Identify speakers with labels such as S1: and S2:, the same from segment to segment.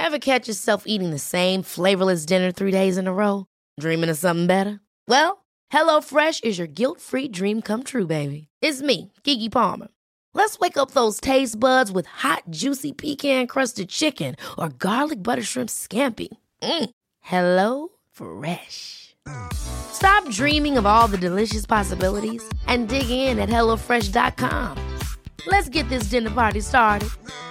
S1: Ever catch yourself eating the same flavorless dinner 3 days in a row? Dreaming of something better? Well, HelloFresh is your guilt-free dream come true, baby. It's me, Keke Palmer. Let's wake up those taste buds with hot, juicy pecan-crusted chicken or garlic butter shrimp scampi. Hello Fresh. Stop dreaming of all the delicious possibilities and dig in at HelloFresh.com. Let's get this dinner party started.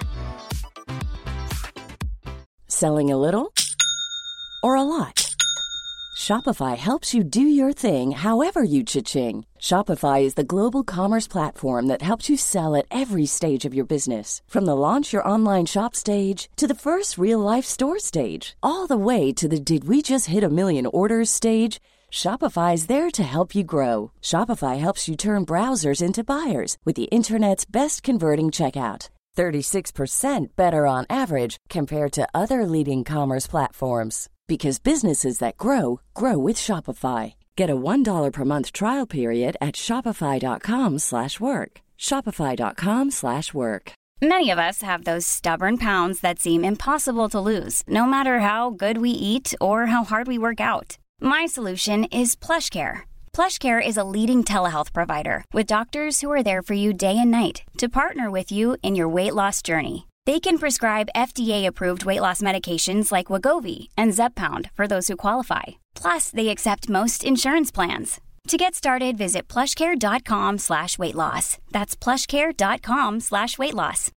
S2: Selling a little or a lot? Shopify helps you do your thing however you cha-ching. Shopify is the global commerce platform that helps you sell at every stage of your business. From the launch your online shop stage to the first real-life store stage, all the way to the did we just hit a million orders stage. Shopify is there to help you grow. Shopify helps you turn browsers into buyers with the internet's best converting checkout. 36% better on average compared to other leading commerce platforms. Because businesses that grow, grow with Shopify. Get a $1 per month trial period at shopify.com/work. Shopify.com/work.
S3: Many of us have those stubborn pounds that seem impossible to lose, no matter how good we eat or how hard we work out. My solution is PlushCare. PlushCare is a leading telehealth provider with doctors who are there for you day and night to partner with you in your weight loss journey. They can prescribe FDA-approved weight loss medications like Wegovy and Zepbound for those who qualify. Plus, they accept most insurance plans. To get started, visit plushcare.com/weightloss. That's plushcare.com/weightloss.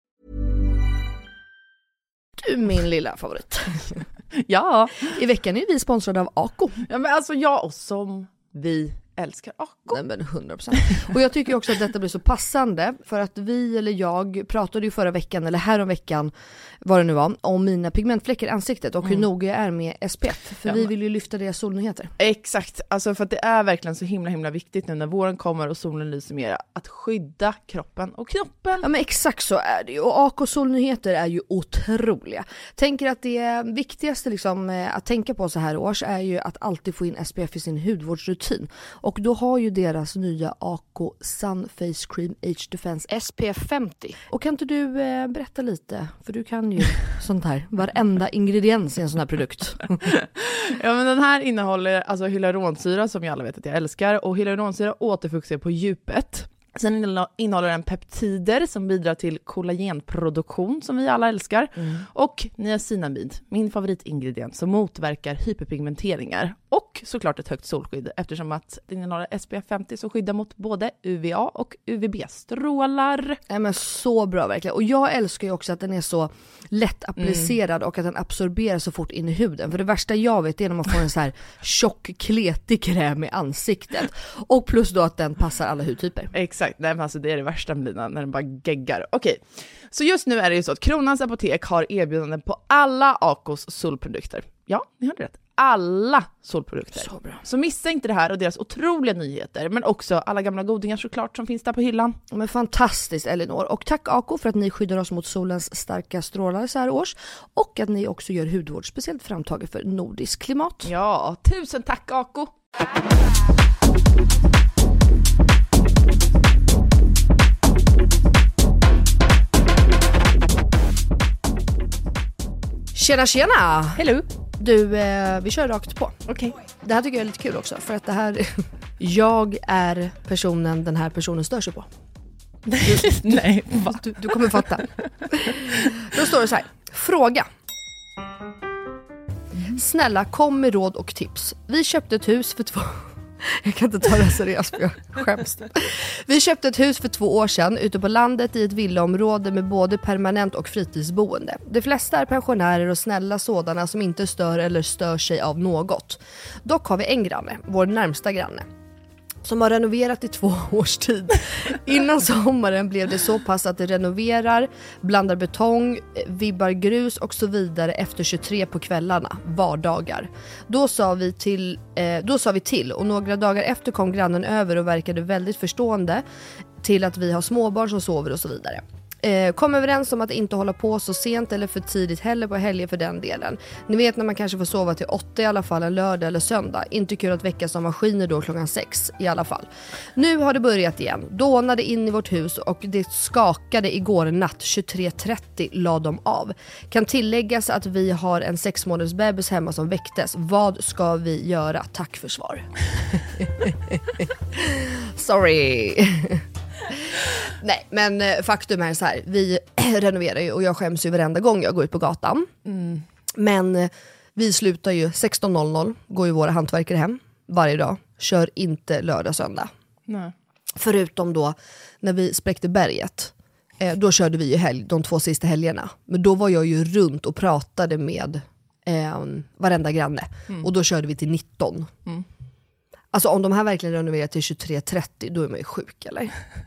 S4: Du, min lilla favorit.
S5: Ja.
S4: I veckan är vi sponsrade av Ako.
S5: Ja, men alltså jag och som vi älskar Ako.
S4: Nej, men 100%. Och jag tycker också att detta blir så passande för att vi eller jag pratade ju förra veckan eller härom veckan vad det nu var om mina pigmentfläckar i ansiktet och hur noga jag är med SPF för vi vill ju lyfta deras solnyheter.
S5: Exakt, alltså för att det är verkligen så himla viktigt nu när våren kommer och solen lyser mer att skydda kroppen och knoppen.
S4: Ja, men exakt så är det ju. Och AK solnyheter är ju otroliga. Tänker att det viktigaste liksom, att tänka på så här års är ju att alltid få in SPF i sin hudvårdsrutin. Och då har ju deras nya AK Sun Face Cream Age Defense SPF 50. Och kan inte du berätta lite? För du kan ju sånt här. Varenda ingrediens i en sån här produkt.
S5: Ja, men den här innehåller alltså hyaluronsyra som jag alla vet att jag älskar. Och hyaluronsyra återfuktar på djupet. Sen innehåller den peptider som bidrar till kollagenproduktion som vi alla älskar. Och niacinamid, min favoritingrediens som motverkar hyperpigmenteringar. Och såklart ett högt solskydd eftersom att den innehåller SPF 50 som skyddar mot både UVA och UVB-strålar.
S4: Ja, men så bra verkligen. Och jag älskar ju också att den är så lätt applicerad och att den absorberar så fort in i huden. För det värsta jag vet är när man får en så här tjock, kletig kräm i ansiktet. Och plus då att den passar alla hudtyper.
S5: Exakt, nej, men alltså det är det värsta med när den bara geggar. Okej, så just nu är det ju så att Kronans Apotek har erbjudanden på alla Akos solprodukter. Ja, ni hörde rätt. Alla solprodukter.
S4: Så bra.
S5: Så missa inte det här och deras otroliga nyheter. Men också alla gamla godingar såklart som finns där på hyllan.
S4: Men fantastiskt, Elinor. Och tack Ako för att ni skyddar oss mot solens starka strålar så här års. Och att ni också gör hudvård speciellt framtaget för nordisk klimat.
S5: Ja, tusen tack Ako!
S4: Tjena!
S5: Hello!
S4: Du, vi kör rakt på.
S5: Okej.
S4: Det här tycker jag är lite kul också. För att det här... jag är personen den här personen stör sig på.
S5: Nej,
S4: du kommer fatta. Då står det så här. Fråga. Snälla, kom med råd och tips. Vi köpte ett hus för 2... Jag kan inte ta det seriöst för jag skäms. Vi köpte ett hus för 2 år sedan ute på landet i ett villaområde med både permanent och fritidsboende. De flesta är pensionärer och snälla sådana som inte stör eller stör sig av något. Dock har vi en granne, vår närmsta granne, som har renoverat i 2 års tid. Innan sommaren blev det så pass att det renoverar, blandar betong, vibbar grus och så vidare efter 23 på kvällarna, vardagar. Då sa vi till och några dagar efter kom grannen över och verkade väldigt förstående till att vi har småbarn som sover och så vidare. Kom överens om att inte hålla på så sent eller för tidigt heller på helger för den delen. Ni vet när man kanske får sova till 8 i alla fall en lördag eller söndag. Inte kul att väckas av maskiner då klockan 6 i alla fall. Nu har det börjat igen. Dånade in i vårt hus och det skakade igår natt 23:30 la de av. Kan tilläggas att vi har en 6 månaders bebis hemma som väcktes. Vad ska vi göra? Tack för svar. Sorry. Nej, men faktum är så här. Vi renoverar ju och jag skäms ju varenda gång jag går ut på gatan. Men vi slutar ju 16:00. Går ju våra hantverkare hem varje dag. Kör inte lördag söndag.
S5: Nej.
S4: Förutom då när vi spräckte berget. Då körde vi ju helg, de 2 sista helgerna. Men då var jag ju runt och pratade med varenda granne. Och då körde vi till 19. Alltså om de här verkligen renoverar till 23:30, då är man ju sjuk, eller?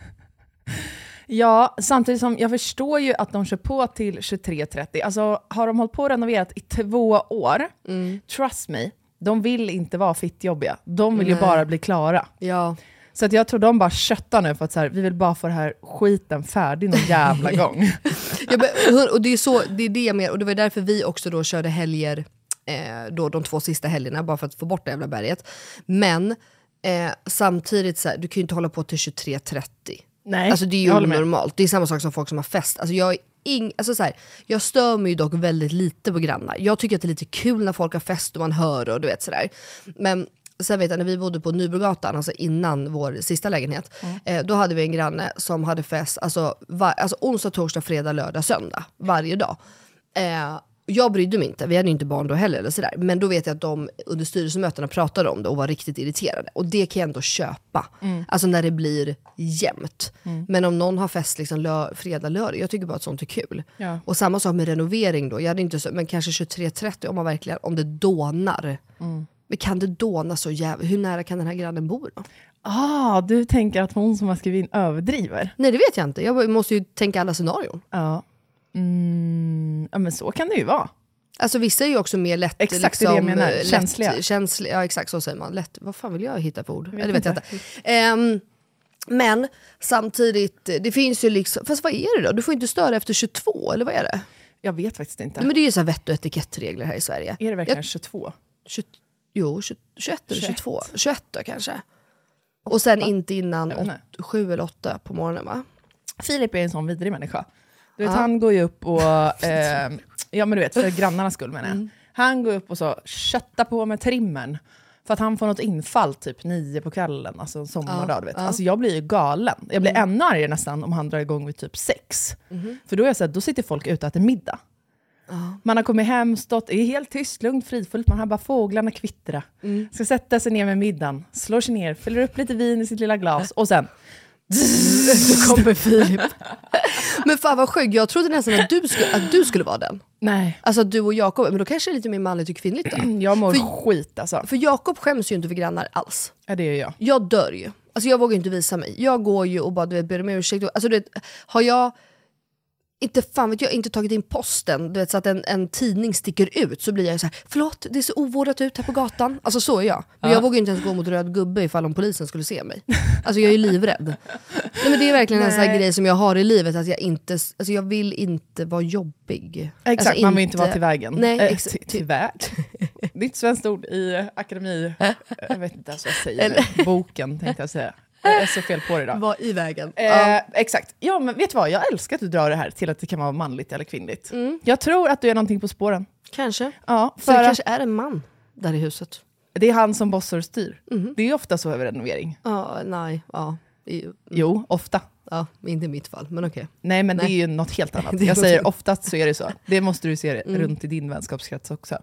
S5: Ja, samtidigt som jag förstår ju att de kör på till 23:30. Alltså har de hållit på och renoverat i 2 år, trust me, de vill inte vara fittjobbiga. De vill ju bara bli klara.
S4: Ja.
S5: Så att jag tror de bara köttar nu för att så här, vi vill bara få det här skiten färdig någon jävla gång.
S4: Ja, och det är det med, och det var därför vi också då körde helger då de 2 sista helgerna bara för att få bort det jävla berget. Men samtidigt så här, du kan ju inte hålla på till 23:30.
S5: Nej,
S4: alltså det är ju normalt. Det är samma sak som folk som har fest. Alltså jag stör mig ju dock väldigt lite på grannar. Jag tycker att det är lite kul när folk har fest och man hör och du vet sådär. Men sen vet jag, när vi bodde på Nybrogatan, alltså innan vår sista lägenhet, då hade vi en granne som hade fest alltså onsdag, torsdag, fredag, lördag, söndag varje dag. Jag brydde mig inte, vi hade ju inte barn då heller eller sådär. Men då vet jag att de under styrelsemötena pratade om det och var riktigt irriterade. Och det kan jag ändå köpa. Alltså när det blir jämnt. Men om någon har fest liksom fredag, lördag, jag tycker bara att sånt är kul. Ja. Och samma sak med renovering då. Jag hade inte men kanske 23:30 om det dånar. Men kan det dåna så jävligt? Hur nära kan den här grannen bo då?
S5: Du tänker att hon som har skrivit in överdriver?
S4: Nej, det vet jag inte. Jag måste ju tänka alla scenarion.
S5: Ja. Ja, men så kan det ju vara.
S4: Alltså vissa är ju också mer lätt.
S5: Exakt liksom, det jag menar.
S4: Känsliga. Ja, exakt så säger man. Lätt. Vad fan vill jag hitta för ord? Det vet jag inte. Men samtidigt, det finns ju liksom... Fast vad är det då? Du får inte störa efter 22, eller vad är det?
S5: Jag vet faktiskt inte.
S4: Men det är ju så här vett- och etikettregler här i Sverige.
S5: Är det verkligen 22?
S4: 21 eller 22. 21 då kanske. Och sen inte innan 7 eller 8 på morgonen, va?
S5: Filip är en sån vidrig människa. Du vet, han går ju upp och... ja, men du vet, för grannarnas skull menar jag. Han går upp och så köttar på med trimmen. För att han får något infall typ 9 på kvällen. Alltså en sommardag, du vet. Alltså jag blir ju galen. Jag blir ännu argare nästan om han drar igång vid typ 6. För då är jag så här, då sitter folk ute och äter middag. Man har kommit hem, stått, är helt tyst, lugnt, fridfullt. Man har bara fåglarna kvittra. Ska sätta sig ner med middagen. Slår sig ner, fyller upp lite vin i sitt lilla glas. Och sen...
S4: Så kommer Filip. Men fan vad sjukt, jag trodde nästan att du skulle vara den.
S5: Nej.
S4: Alltså du och Jakob, men då kanske det är lite mer manligt och kvinnligt då.
S5: Jag mår skit alltså.
S4: För Jakob skäms ju inte för grannar alls.
S5: Ja, det är jag.
S4: Jag dör ju. Alltså jag vågar inte visa mig. Jag går ju och bara ber om ursäkt. Alltså du vet, har jag inte tagit in posten, du vet, så att en tidning sticker ut, så blir jag så här: förlåt, det är så ovårdat ut här på gatan. Alltså så är jag. Men jag vågar inte ens gå mot röd gubbe ifall om polisen skulle se mig. Alltså jag är livrädd. Nej, men det är verkligen en sån här grej som jag har i livet, att jag vill inte vara jobbig.
S5: Exakt,
S4: alltså,
S5: man vill inte vara till vägen.
S4: Nej,
S5: till väg. Nytt svenskt ord i akademi. Jag vet inte ens vad jag säger. Boken tänkte jag säga. Jag är så fel på det idag.
S4: Var i vägen.
S5: Exakt. Ja, men vet du vad? Jag älskar att du drar det här till att det kan vara manligt eller kvinnligt. Jag tror att du är någonting på spåren.
S4: Kanske.
S5: Ja,
S4: för det kanske är en man där i huset.
S5: Det är han som bossar och styr. Det är ofta så över renovering.
S4: Nej.
S5: Jo, ofta.
S4: Ja, inte i mitt fall, men okej.
S5: Nej, men det är ju något helt annat. Jag säger oftast så är det så. Det måste du se runt i din vänskapskrets också.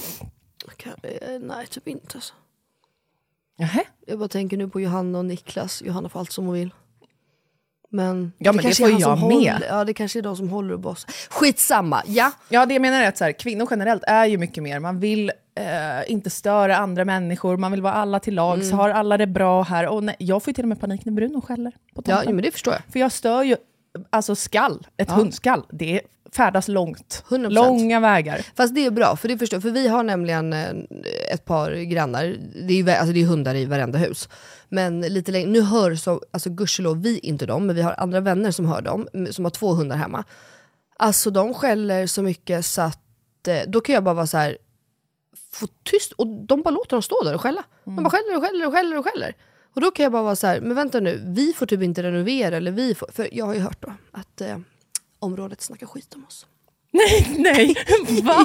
S4: Nej, typ inte alltså.
S5: Jaha.
S4: Jag bara tänker nu på Johanna och Niklas. Johanna får allt som hon vill. Men
S5: det får jag med.
S4: Ja, det kanske är de som håller och boss. Skitsamma, ja.
S5: Ja, det jag menar är att så här, kvinnor generellt är ju mycket mer. Man vill inte störa andra människor. Man vill vara alla till lag. Så har alla det bra här. Och nej, jag får till och med panik när Bruno skäller på tomten.
S4: Ja, men det förstår jag.
S5: För jag stör ju, alltså skall, ett hundskall. Det färdas långt.
S4: 100%.
S5: Långa vägar.
S4: Fast det är bra, för det förstår, för vi har nämligen ett par grannar. Det är ju hundar i varenda hus. Men lite längre, nu hör så, alltså gudskelov vi inte dem, men vi har andra vänner som hör dem, som har 2 hundar hemma. Alltså de skäller så mycket så att då kan jag bara vara så här, få tyst, och de bara låter dem stå där och skälla. De bara skäller. Och då kan jag bara vara så här, men vänta nu, vi får typ inte renovera, eller vi får, för jag har ju hört då att området snackar skit om oss.
S5: Nej, va?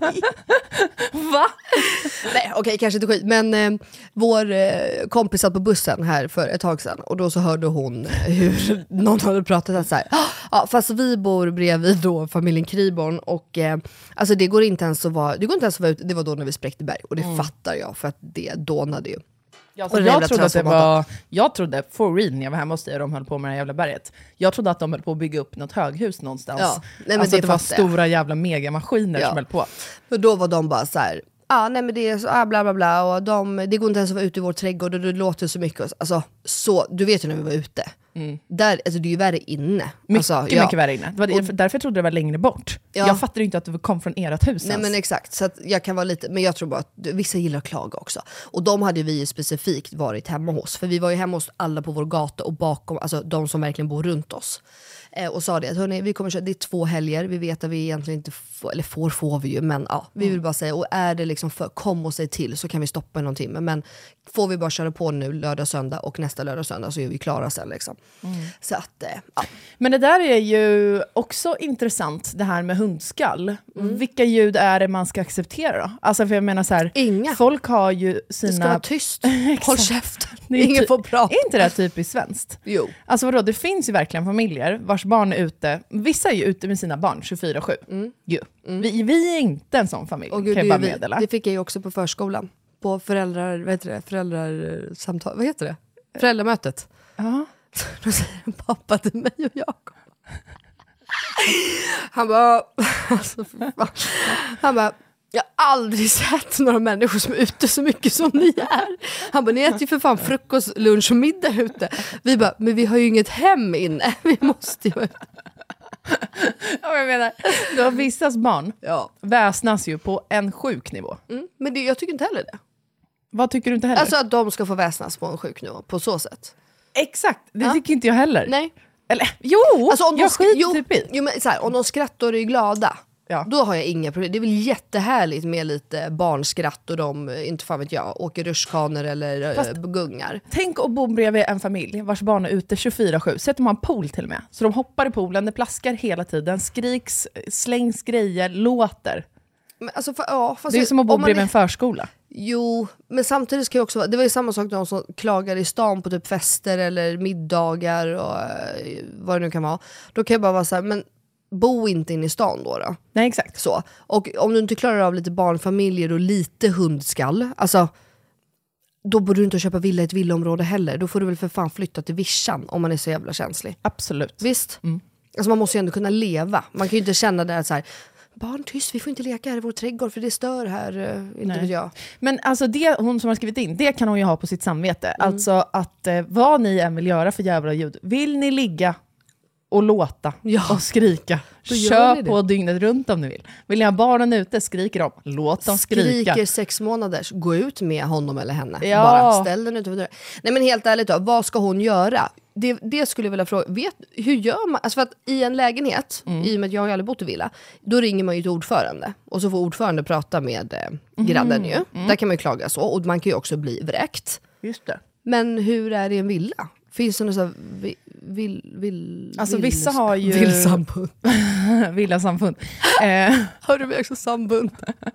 S5: Va?
S4: Nej, okej, kanske inte skit, men vår kompis satt på bussen här för ett tag sedan, och då så hörde hon hur någon hade pratat så här. Ja, fast vi bor bredvid då familjen Kriborn, och alltså det går inte ens att vara ute. Det var då när vi spräckte berg, och det fattar jag, för att det dånade ju.
S5: Ja, alltså, jag trodde for real när jag var hemma hos dig och de höll på med det här jävla berget. Jag trodde att de höll på att bygga upp något höghus någonstans.
S4: Ja, nej,
S5: alltså
S4: det
S5: var stora jävla megamaskiner som höll på.
S4: Men då var de bara så här, nej men det är så, bla bla bla, och det går inte ens att vara ute i vår trädgård, och det låter så mycket. Alltså, så, du vet ju när vi var ute. Där, alltså det är ju värre inne.
S5: Mycket värre inne. Det var därför jag trodde det var längre bort. Ja. Jag fattade inte att det kom från ert hus.
S4: Nej, men exakt, så att jag kan vara lite, men jag tror bara att vissa gillar att klaga också. Och de hade vi ju specifikt varit hemma hos, för vi var ju hemma hos alla på vår gata och bakom, alltså de som verkligen bor runt oss. Och sa det att hörni, vi kommer köra, det är 2 helger, vi vet att vi egentligen inte får, eller får vi ju, men ja, vi vill bara säga, och är det liksom kom och säg till, så kan vi stoppa i någon timme, men får vi bara köra på nu lördag, söndag, och nästa lördag, söndag, så är vi klara sen liksom. Så att, ja.
S5: Men det där är ju också intressant, det här med hundskall. Vilka ljud är det man ska acceptera då? Alltså för jag menar så här,
S4: inga.
S5: Folk har ju sina...
S4: Det ska vara tyst, håll käften,
S5: ingen
S4: ingen får prata.
S5: Är inte det typiskt svenskt?
S4: Jo.
S5: Alltså vadå, det finns ju verkligen familjer vars barn är ute, vissa är ju ute med sina barn 24/7. Vi är inte en sån familj, kan jag bara meddela.
S4: Det fick jag ju också på förskolan. På föräldrasamtal, vad heter det? Föräldramötet.
S5: Ja.
S4: Då säger en pappa till mig och Jakob. Han bara, jag har aldrig sett några människor som är ute så mycket som ni är. Han bara, ni äter ju för fan frukost, lunch och middag ute. Vi bara, men vi har ju inget hem inne. Vi måste ju...
S5: Ja, jag menar, då vissas barn väsnas ju på en sjuk nivå.
S4: Men jag tycker inte heller det.
S5: Vad tycker du inte heller?
S4: Alltså att de ska få väsnas på en sjuk nivå, på så sätt.
S5: Exakt, det tycker inte jag heller.
S4: Nej.
S5: Eller, jo,
S4: alltså, om
S5: jag skiter typ i.
S4: Jo, men så här, om de skrattar och är glada, då har jag inga problem. Det är väl jättehärligt med lite barnskratt, och de, inte fan vet jag, åker rutschkanor eller gungar.
S5: Tänk att bo bredvid en familj vars barn är ute 24/7. Sätter man pool till och med. Så de hoppar i poolen, det plaskar hela tiden, skriks, slängs grejer, låter.
S4: Men alltså, fast
S5: det är som att bo bredvid en förskola.
S4: Jo, men samtidigt ska jag också, det var ju samma sak de som klagar i stan på typ fester eller middagar och vad det nu kan vara. Då kan jag bara vara så här, men bo inte in i stan då.
S5: Nej, exakt.
S4: Så. Och om du inte klarar av lite barnfamiljer och lite hundskall, alltså då borde du inte köpa villa i ett villaområde heller. Då får du väl för fan flytta till Vischan om man är så jävla känslig.
S5: Absolut.
S4: Visst? Alltså man måste ju ändå kunna leva. Man kan ju inte känna det så här, barn tyst, vi får inte leka här i vår trädgård för det stör här, inte vet jag.
S5: Men alltså det hon som har skrivit in, det kan hon ju ha på sitt samvete. Alltså att vad ni än vill göra för jävla ljud, vill ni ligga och låta och skrika, kör på dygnet runt om ni vill. Vill ni ha barnen ute, skriker de, låt dem skrika.
S4: Skriker 6 månaders, gå ut med honom eller henne. Bara ställ den utanför dörren. Nej men helt ärligt då, vad ska hon göra? Det skulle jag vilja fråga, hur gör man? Alltså för att i en lägenhet, i och med att jag har aldrig bott i villa, då ringer man ju till ordförande. Och så får ordförande prata med grannen ju. Där kan man ju klaga så, och man kan ju också bli vräkt.
S5: Just det.
S4: Men hur är det i en villa? Finns det något så
S5: alltså vissa har ju
S4: villsamfund.
S5: Villasamfund.
S4: Har du också sambund?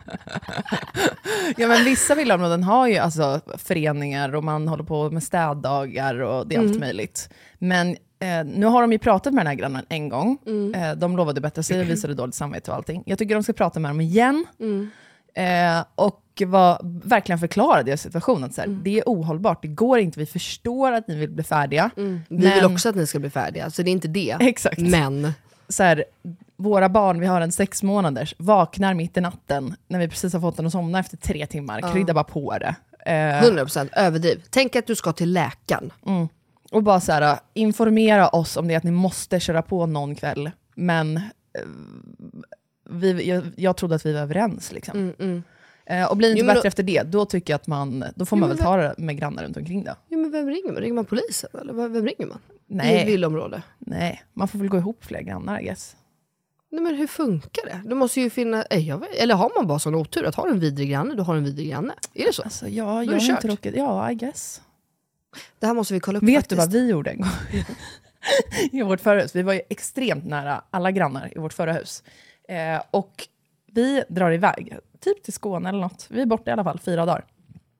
S5: Ja, men vissa villaområden har ju alltså föreningar och man håller på med städdagar och det är allt möjligt. Men nu har de ju pratat med den här grannen en gång. De lovade bättre sig och visade dåligt samvete och allting. Jag tycker de ska prata med dem igen. Och verkligen förklara deras situation. Så här, det är ohållbart, det går inte, vi förstår att ni vill bli färdiga.
S4: Vi vill också att ni ska bli färdiga, så det är inte det.
S5: Exakt.
S4: Men
S5: så här, våra barn, vi har en 6 månaders, vaknar mitt i natten när vi precis har fått den att somna efter 3 timmar, krydda bara på det.
S4: 100% överdriv. Tänk att du ska till läkaren.
S5: Och bara så här, informera oss om det att ni måste köra på någon kväll. Men jag trodde att vi var överens liksom. Och blir inte bättre efter det, då tycker jag att då får man väl ta det med grannar runt omkring då.
S4: Jo, men vem ringer man? Ringer man polisen? Eller vem ringer man?
S5: Nej.
S4: I ett villaområde?
S5: Nej, man får väl gå ihop fler grannar, I guess.
S4: Nej, men hur funkar det? Det måste ju finnas... Eller har man bara sån otur att ha en vidrig granne, då har en vidrig granne? Är det så?
S5: Alltså, jag har inte råkat... Ja, I guess.
S4: Det här måste vi kolla upp.
S5: Vet
S4: faktiskt.
S5: du vad vi gjorde en gång? I vårt förra hus. Vi var ju extremt nära alla grannar i vårt förra hus. Och vi drar iväg, typ till Skåne eller något. Vi är borta i alla fall 4 dagar.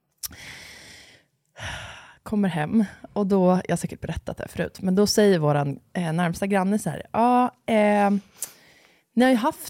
S5: Kommer hem och då, jag har säkert berättat det förut, men då säger våran närmsta granne så här: ni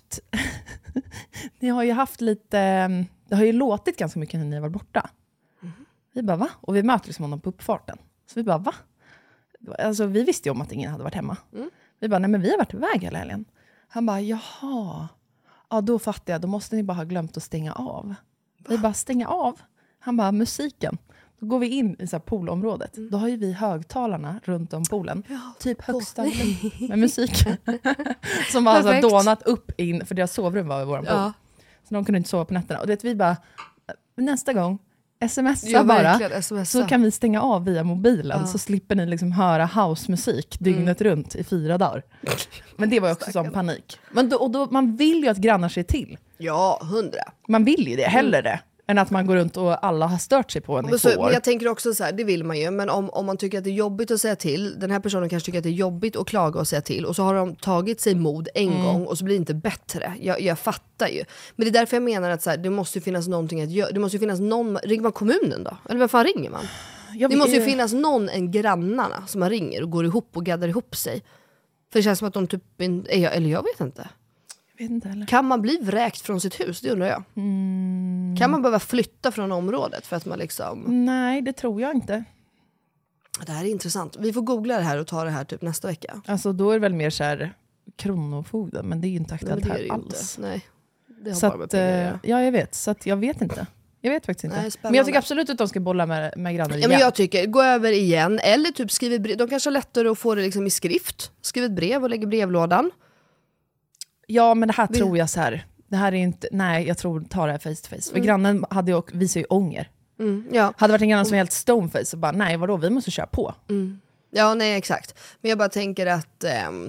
S5: har ju haft lite, det har ju låtit ganska mycket när ni var borta. Vi bara, va? Och vi möter liksom honom på uppfarten. Så vi bara, va? Alltså vi visste ju om att ingen hade varit hemma. Vi bara, nej men vi har varit iväg hela helgen. Han bara, jaha. Ja, då fattar jag. Då måste ni bara ha glömt att stänga av. Vi bara, stänga av? Han bara, musiken. Då går vi in i så här poolområdet. Då har ju vi högtalarna runt om poolen. Typ högsta med musiken. Som var så donat upp in, för deras sovrum var i våran pool. Så de kunde inte sova på nätterna. Och det vi bara, nästa gång, smsa bara. Så kan vi stänga av via mobilen. Så slipper ni liksom höra housemusik dygnet runt i 4 dagar. Men det var också som panik. Men då, man vill ju att grannar ser till.
S4: Ja, 100.
S5: Man vill ju det, hellre det. Än att man går runt och alla har stört sig på en i 2 år.
S4: Men jag tänker också så här, det vill man ju. Men om man tycker att det är jobbigt att säga till. Den här personen kanske tycker att det är jobbigt att klaga och säga till. Och så har de tagit sig mod en gång och så blir det inte bättre. Jag fattar ju. Men det är därför jag menar att så här, det måste ju finnas någonting att göra. Det måste ju finnas någon, ringer man kommunen då? Eller vad fan ringer man? Det måste ju finnas någon än grannarna som man ringer och går ihop och gaddar ihop sig. För det känns som att de typ, eller jag vet inte. Kan man bli vräkt från sitt hus? Det undrar jag. Kan man behöva flytta från området för att man liksom...
S5: Nej, det tror jag inte.
S4: Det här är intressant. Vi får googla det här och ta det här typ nästa vecka.
S5: Alltså då är det väl mer så här kronofogden, men det är ju inte aktuellt här alls.
S4: Nej, det har
S5: så
S4: bara med pengar.
S5: Ja, jag vet. Så att jag vet inte. Jag vet faktiskt inte.
S4: Nej,
S5: men jag tycker absolut att de ska bolla med grannar igen.
S4: Ja, men jag tycker, gå över igen. Eller typ skriv ett brev. De kanske har lättare att få det liksom i skrift. Skriv ett brev och lägg i brevlådan.
S5: Ja, men det här tror jag så här. Det här är inte, nej, jag tror ta det här face to face. För grannen hade ju visar ju ånger.
S4: Ja.
S5: Hade varit en granne som är helt stoneface och bara, nej vadå, vi måste köra på.
S4: Ja, nej exakt. Men jag bara tänker att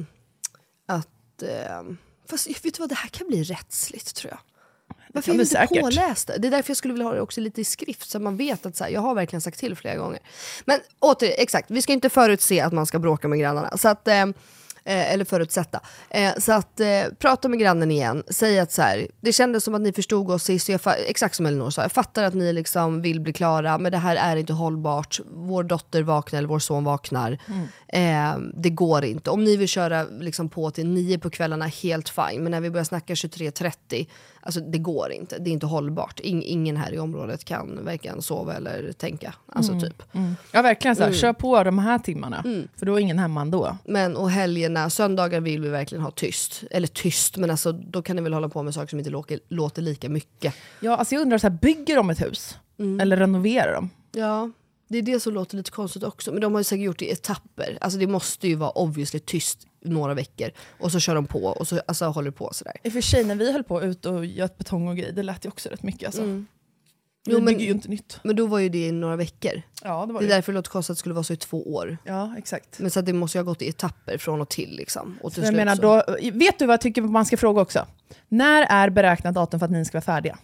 S4: fast vet du vad, det här kan bli rättsligt tror jag. Varför är vi inte pålästa? Det är därför jag skulle vilja ha det också lite i skrift. Så man vet att så här, jag har verkligen sagt till flera gånger. Men exakt, vi ska inte förutse att man ska bråka med grannarna. Så att... eller förutsätta. Så att prata med grannen igen. Säg att så här, det kändes som att ni förstod oss sist. Exakt som Elinor sa. Jag fattar att ni liksom vill bli klara. Men det här är inte hållbart. Vår dotter vaknar eller vår son vaknar. Det går inte. Om ni vill köra liksom på till 9 på kvällarna, helt fine. Men när vi börjar snacka 23:30, alltså det går inte. Det är inte hållbart. Ingen här i området kan varken sova eller tänka. Alltså typ.
S5: Ja, verkligen så här. Kör på de här timmarna. För då är ingen hemma ändå.
S4: Men och helgerna, söndagar vill vi verkligen ha tyst. Eller tyst, men alltså då kan ni väl hålla på med saker som inte låter lika mycket.
S5: Ja, alltså jag undrar så här, bygger de ett hus? Eller renoverar de?
S4: Ja, det är det som låter lite konstigt också. Men de har ju säkert gjort det i etapper. Alltså det måste ju vara obviously tyst några veckor. Och så kör de på och så alltså, håller på sådär.
S5: I och för sig, när vi höll på ut och göt betong och grejer, det lät ju också rätt mycket alltså. Vi bygger ju inte nytt.
S4: Men då var ju det i några veckor.
S5: Ja, det var
S4: det är därför det låter konstigt att det skulle vara så i 2 år.
S5: Ja, exakt.
S4: Men så att det måste ju ha gått i etapper från och till liksom. Och till
S5: jag menar, då, vet du vad jag tycker man ska fråga också? När är beräknat datum för att ni ska vara färdiga?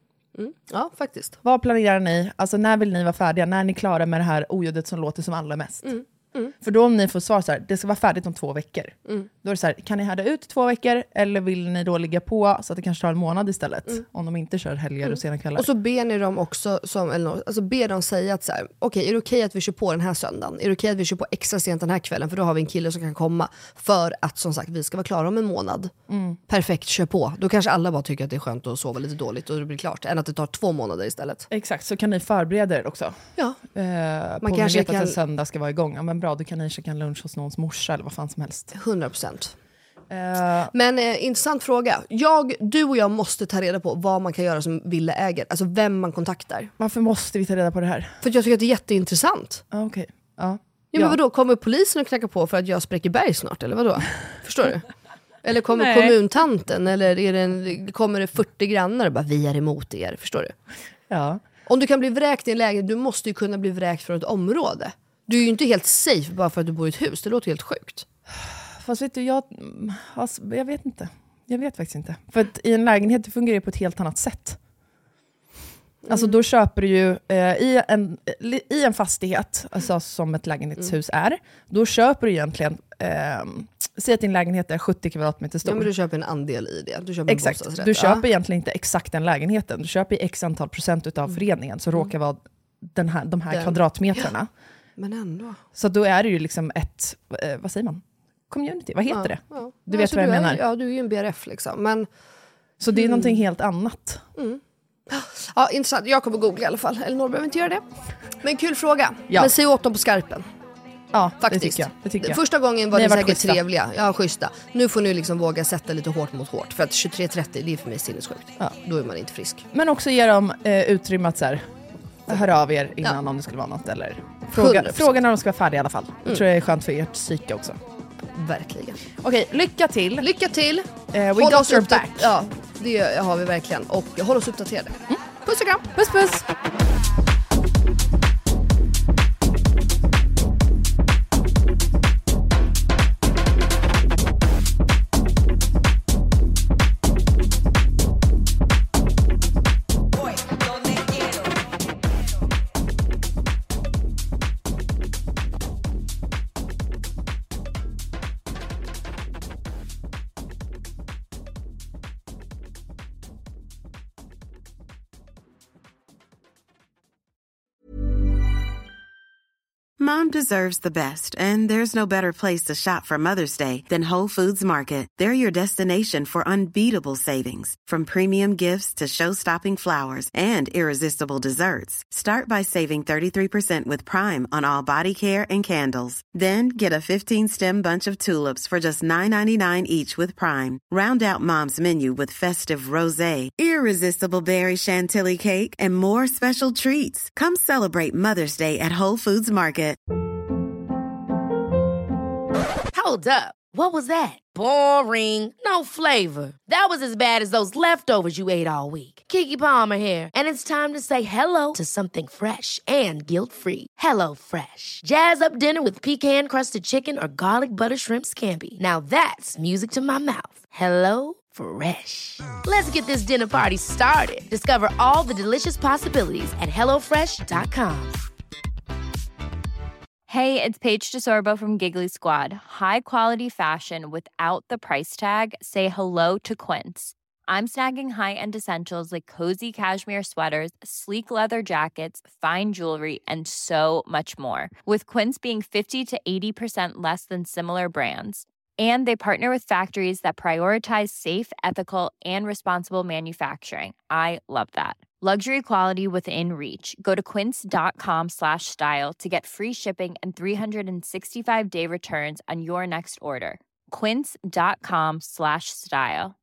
S4: Ja, faktiskt.
S5: Vad planerar ni? Alltså när vill ni vara färdiga? När är ni klara med det här oljudet som låter som allra mest? För då om ni får svar så här, det ska vara färdigt om 2 veckor. Då är det så här, kan ni härda ut 2 veckor? Eller vill ni då ligga på så att det kanske tar en månad istället? Om de inte kör helger och sena kvällar.
S4: Och så ber ni dem också, alltså ber dem säga att så här, okej, är det okej att vi kör på den här söndagen? Är det okej att vi kör på extra sent den här kvällen? För då har vi en kille som kan komma. För att som sagt, vi ska vara klara om en månad. Perfekt, kör på. Då kanske alla bara tycker att det är skönt att sova lite dåligt och det blir klart. Än att det tar 2 månader istället.
S5: Exakt, så kan ni förbereda er också.
S4: Ja.
S5: Man kanske vet att en söndag ska vara igång. Ja, men bra, då kan ni käka en lunch hos någons morsa eller vad fan som helst.
S4: 100%. Men intressant fråga. Du och jag måste ta reda på vad man kan göra som villaägare. Alltså vem man kontaktar.
S5: Varför måste vi ta reda på det här?
S4: För jag tycker att det är jätteintressant.
S5: Okej. Ja.
S4: Ja, men vadå? Kommer polisen och knacka på för att jag spräcker berg snart? Eller vadå? Förstår du? Eller kommer kommuntanten, eller kommer det 40 grannar och bara vi är emot er, förstår du?
S5: Ja.
S4: Om du kan bli vräkt i en lägenhet, du måste ju kunna bli vräkt från ett område. Du är ju inte helt safe bara för att du bor i ett hus, det låter helt sjukt.
S5: Fast vet du, jag vet inte. Jag vet faktiskt inte. För att i en lägenhet det fungerar på ett helt annat sätt. Alltså då köper du ju i en fastighet, alltså som ett lägenhetshus är, då köper du egentligen säg att din lägenhet är 70 kvadratmeter stor.
S4: Ja, men du köper en andel i det. Du köper
S5: exakt. Du köper egentligen inte exakt den lägenheten. Du köper x antal procent utav föreningen som råkar vara de här kvadratmetrarna.
S4: Ja, men ändå.
S5: Så då är det ju liksom ett, vad säger man? Community, vad heter det?
S4: Ja.
S5: Du vet vad jag menar.
S4: Ja, du är ju en BRF liksom. Men,
S5: så det är någonting helt annat.
S4: Ja, intressant. Jag kommer googla i alla fall. Eller någon behöver inte göra det. Men kul fråga.
S5: Ja.
S4: Men säg åt dem på skarpen.
S5: Ja,
S4: faktiskt.
S5: Det tycker jag.
S4: Första gången var
S5: ni
S4: det säkert
S5: schyssta.
S4: Trevliga. Ja, schyssta. Nu får ni liksom våga sätta lite hårt mot hårt. För att 23:30, det är för mig sinnessjukt. Ja. Då är man inte frisk.
S5: Men också ge dem utrymme att så här, höra av er innan om det skulle vara något. Eller fråga när de ska vara färdiga i alla fall. Det tror jag är skönt för ert psyke också.
S4: Verkligen.
S5: Okej, lycka till.
S4: Lycka till.
S5: We got your back.
S4: Ja, det har vi verkligen. Och håll oss uppdaterade. Puss och kram.
S5: Puss, puss.
S6: Mom deserves the best, and there's no better place to shop for Mother's Day than Whole Foods Market. They're your destination for unbeatable savings, from premium gifts to show-stopping flowers and irresistible desserts. Start by saving 33% with Prime on all body care and candles. Then get a 15-stem bunch of tulips for just $9.99 each with Prime. Round out Mom's menu with festive rosé, irresistible berry chantilly cake, and more special treats. Come celebrate Mother's Day at Whole Foods Market.
S1: Hold up. What was that? Boring. No flavor. That was as bad as those leftovers you ate all week. Keke Palmer here, and it's time to say hello to something fresh and guilt-free. Hello Fresh. Jazz up dinner with pecan-crusted chicken or garlic butter shrimp scampi. Now that's music to my mouth. Hello Fresh. Let's get this dinner party started. Discover all the delicious possibilities at hellofresh.com.
S7: Hey, it's Paige DeSorbo from Giggly Squad. High quality fashion without the price tag. Say hello to Quince. I'm snagging high-end essentials like cozy cashmere sweaters, sleek leather jackets, fine jewelry, and so much more. With Quince being 50 to 80% less than similar brands. And they partner with factories that prioritize safe, ethical, and responsible manufacturing. I love that. Luxury quality within reach. Go to quince.com/style to get free shipping and 365-day returns on your next order. Quince.com/style.